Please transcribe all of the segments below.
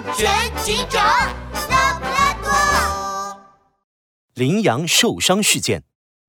全警长拉布拉多。 羚羊受伤事件。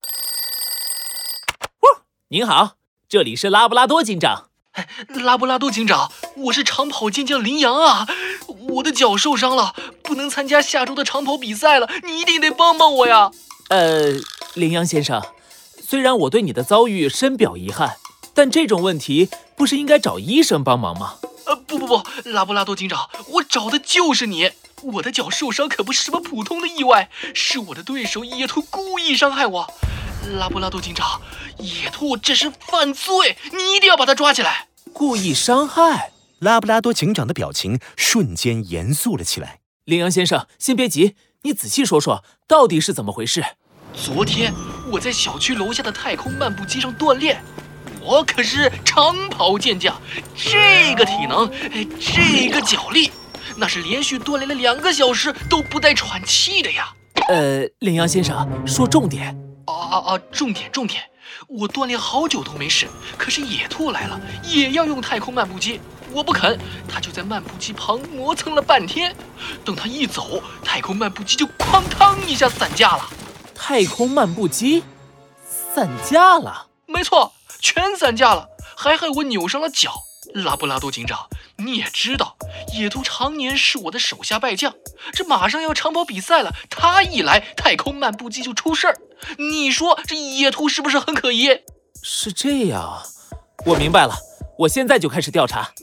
您好，这里是拉布拉多警长。 拉布拉多警长，我是长跑健将羚羊啊，我的脚受伤了，不能参加下周的长跑比赛了，你一定得帮帮我呀。 羚羊先生，虽然我对你的遭遇深表遗憾，但这种问题不是应该找医生帮忙吗？ 不，拉布拉多警长，我找的就是你。我的脚受伤可不是什么普通的意外，是我的对手野兔故意伤害我。拉布拉多警长，野兔这是犯罪，你一定要把他抓起来。 故意伤害？ 拉布拉多警长的表情瞬间严肃了起来。 羚羊先生，先别急，你仔细说说，到底是怎么回事？ 昨天我在小区楼下的太空漫步机上锻炼，我可是长跑健将，这个体能，这个脚力，那是连续锻炼了2个小时都不带喘气的呀。 羚羊先生，说重点。 重点，我锻炼好久都没事，可是野兔来了也要用太空漫步机，我不肯，他就在漫步机旁磨蹭了半天，等他一走，太空漫步机就哐当一下散架了。 太空漫步机散架了？ 没错，全散架了，还害我扭伤了脚。拉布拉多警长，你也知道，野兔常年是我的手下败将，这马上要长跑比赛了，他一来，太空漫步机就出事儿。你说这野兔是不是很可疑？ 是这样，我明白了，我现在就开始调查。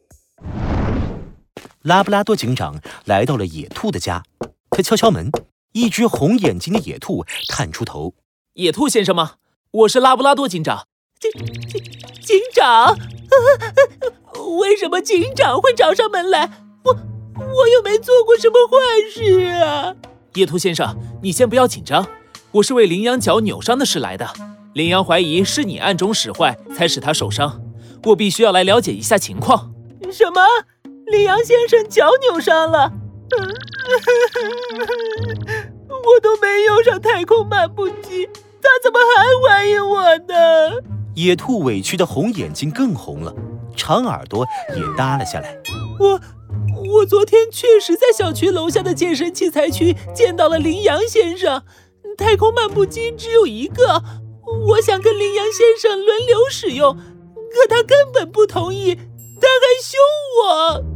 拉布拉多警长来到了野兔的家，他敲敲门，一只红眼睛的野兔探出头。 野兔先生吗？我是拉布拉多警长。警长？为什么警长会找上门来？我又没做过什么坏事啊！野兔先生，你先不要紧张，我是为羚羊脚扭伤的事来的。羚羊怀疑是你暗中使坏，才使他受伤。我必须要来了解一下情况。什么？羚羊先生脚扭伤了？我都没用上太空漫步机，他怎么还怀疑我呢？ 野兔委屈的红眼睛更红了，长耳朵也耷了下来。 我昨天确实在小区楼下的健身器材区见到了羚羊先生，太空漫步机只有一个，我想跟羚羊先生轮流使用，可他根本不同意，他还凶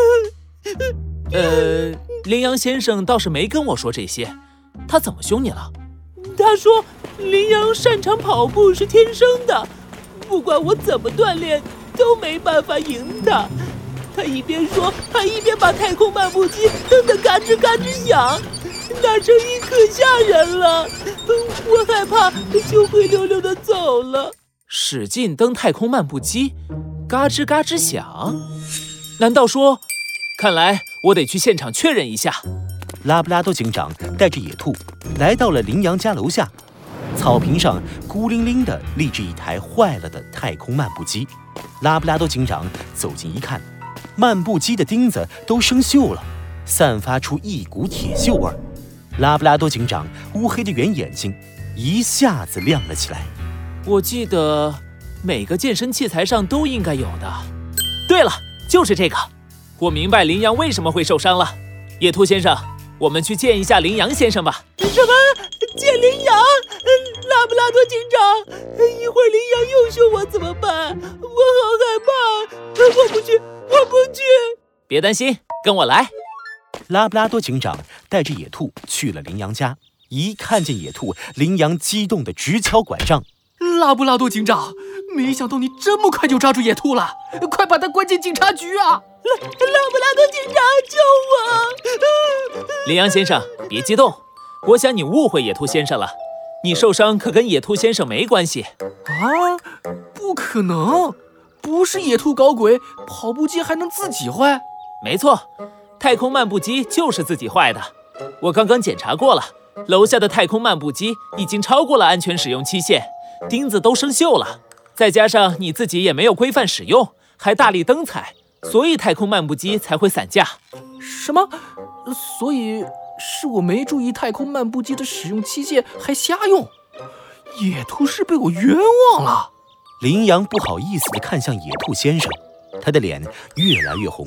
我。羚羊先生倒是没跟我说这些，他怎么凶你了？他说羚羊擅长跑步是天生的，不管我怎么锻炼都没办法赢他。他一边说，还一边把太空漫步机蹬得嘎吱嘎吱响，那声音可吓人了，我害怕就灰溜溜地走了。使劲蹬太空漫步机，嘎吱嘎吱响，难道说？看来我得去现场确认一下。 拉布拉多警长带着野兔来到了羚羊家楼下，草坪上孤零零地立着一台坏了的太空漫步机。拉布拉多警长走近一看，漫步机的钉子都生锈了，散发出一股铁锈味。拉布拉多警长乌黑的圆眼睛一下子亮了起来。 我记得每个健身器材上都应该有的。对了，就是这个。我明白羚羊为什么会受伤了。野兔先生，我们去见一下羚羊先生吧。什么？见羚羊？拉布拉多警长，一会儿羚羊又凶我怎么办？我好害怕。我不去。别担心，跟我来。 拉布拉多警长带着野兔去了羚羊家，一看见野兔，羚羊激动得直敲拐杖。 拉布拉多警长，没想到你这么快就抓住野兔了，快把他关进警察局啊！ 拉布拉多警长，救我！羚羊先生，别激动，我想你误会野兔先生了，你受伤可跟野兔先生没关系。 啊，不可能，不是野兔搞鬼，跑步机还能自己坏？ 没错，太空漫步机就是自己坏的。我刚刚检查过了，楼下的太空漫步机已经超过了安全使用期限，钉子都生锈了，再加上你自己也没有规范使用，还大力蹬踩，所以太空漫步机才会散架。 什么？所以是我没注意太空漫步机的使用期限，还瞎用？野兔是被我冤枉了。 羚羊不好意思地看向野兔先生，他的脸越来越红，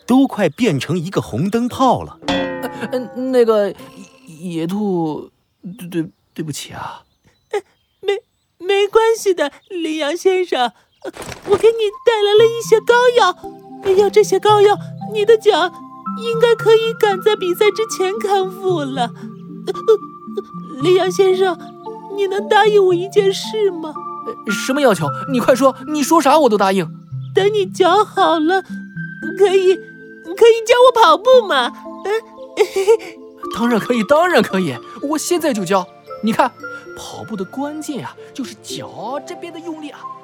都快变成一个红灯泡了。 那个野兔，对不起啊。 没关系的，羚羊先生，我给你带来了一些膏药，有这些膏药，你的脚应该可以赶在比赛之前康复了。羚羊先生，你能答应我一件事吗？ 什么要求？你快说，你说啥我都答应。 等你脚好了，可以教我跑步吗？ 当然可以，当然可以，我现在就教。你看，跑步的关键啊，就是脚这边的用力啊。